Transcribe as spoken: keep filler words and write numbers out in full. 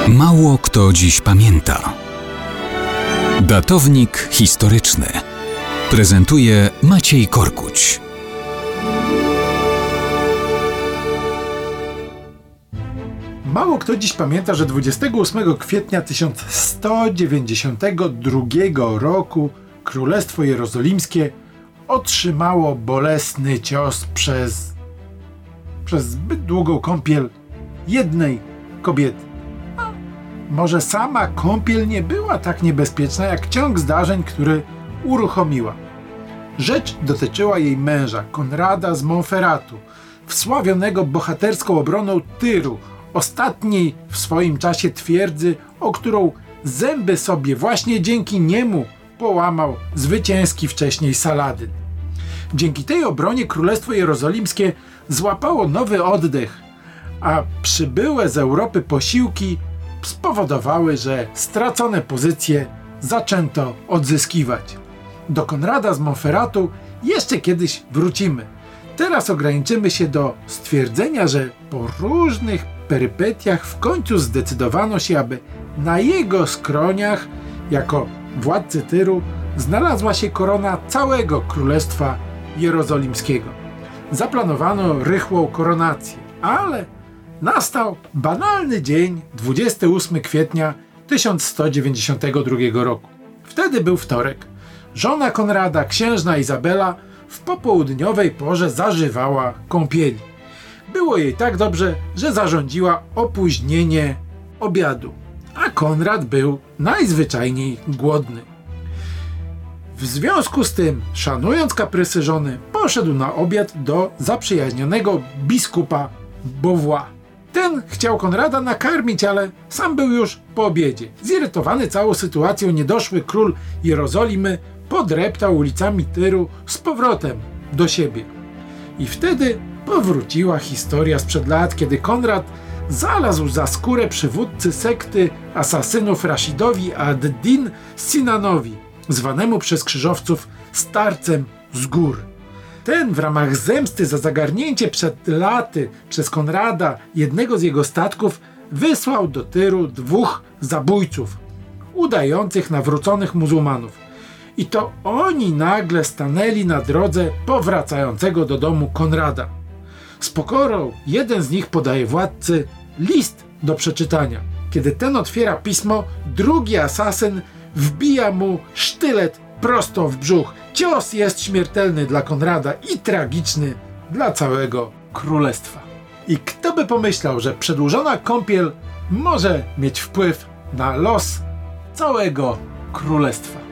Mało kto dziś pamięta. Datownik historyczny prezentuje Maciej Korkuć. Mało kto dziś pamięta, że dwudziestego ósmego kwietnia tysiąc sto dziewięćdziesiątego drugiego roku Królestwo Jerozolimskie otrzymało bolesny cios przez, przez zbyt długą kąpiel jednej kobiety. A może sama kąpiel nie była tak niebezpieczna jak ciąg zdarzeń, który uruchomiła. Rzecz dotyczyła jej męża, Konrada z Montferratu, wsławionego bohaterską obroną Tyru, ostatniej w swoim czasie twierdzy, o którą zęby sobie właśnie dzięki niemu połamał zwycięski wcześniej Saladyn. Dzięki tej obronie Królestwo Jerozolimskie złapało nowy oddech, a przybyłe z Europy posiłki spowodowały, że stracone pozycje zaczęto odzyskiwać. Do Konrada z Montferratu jeszcze kiedyś wrócimy. Teraz ograniczymy się do stwierdzenia, że po różnych perypetiach w końcu zdecydowano się, aby na jego skroniach, jako władcy Tyru, znalazła się korona całego Królestwa Jerozolimskiego. Zaplanowano rychłą koronację, ale nastał banalny dzień, dwudziestego ósmego kwietnia tysiąc sto dziewięćdziesiątego drugiego roku. Wtedy był wtorek. Żona Konrada, księżna Izabela, w popołudniowej porze zażywała kąpieli. Było jej tak dobrze, że zarządziła opóźnienie obiadu, a Konrad był najzwyczajniej głodny. W związku z tym, szanując kaprysy żony, poszedł na obiad do zaprzyjaźnionego biskupa Beauvoir. Ten chciał Konrada nakarmić, ale sam był już po obiedzie. Zirytowany całą sytuacją, niedoszły król Jerozolimy podreptał ulicami Tyru z powrotem do siebie. I wtedy powróciła historia sprzed lat, kiedy Konrad zalazł za skórę przywódcy sekty asasynów Rashidowi ad-Din Sinanowi, zwanemu przez krzyżowców starcem z gór. Ten w ramach zemsty za zagarnięcie przed laty przez Konrada jednego z jego statków wysłał do Tyru dwóch zabójców, udających nawróconych muzułmanów. I to oni nagle stanęli na drodze powracającego do domu Konrada. Z pokorą jeden z nich podaje władcy list do przeczytania. Kiedy ten otwiera pismo, drugi asasyn wbija mu sztylet prosto w brzuch. Cios jest śmiertelny dla Konrada i tragiczny dla całego królestwa. I kto by pomyślał, że przedłużona kąpiel może mieć wpływ na los całego królestwa.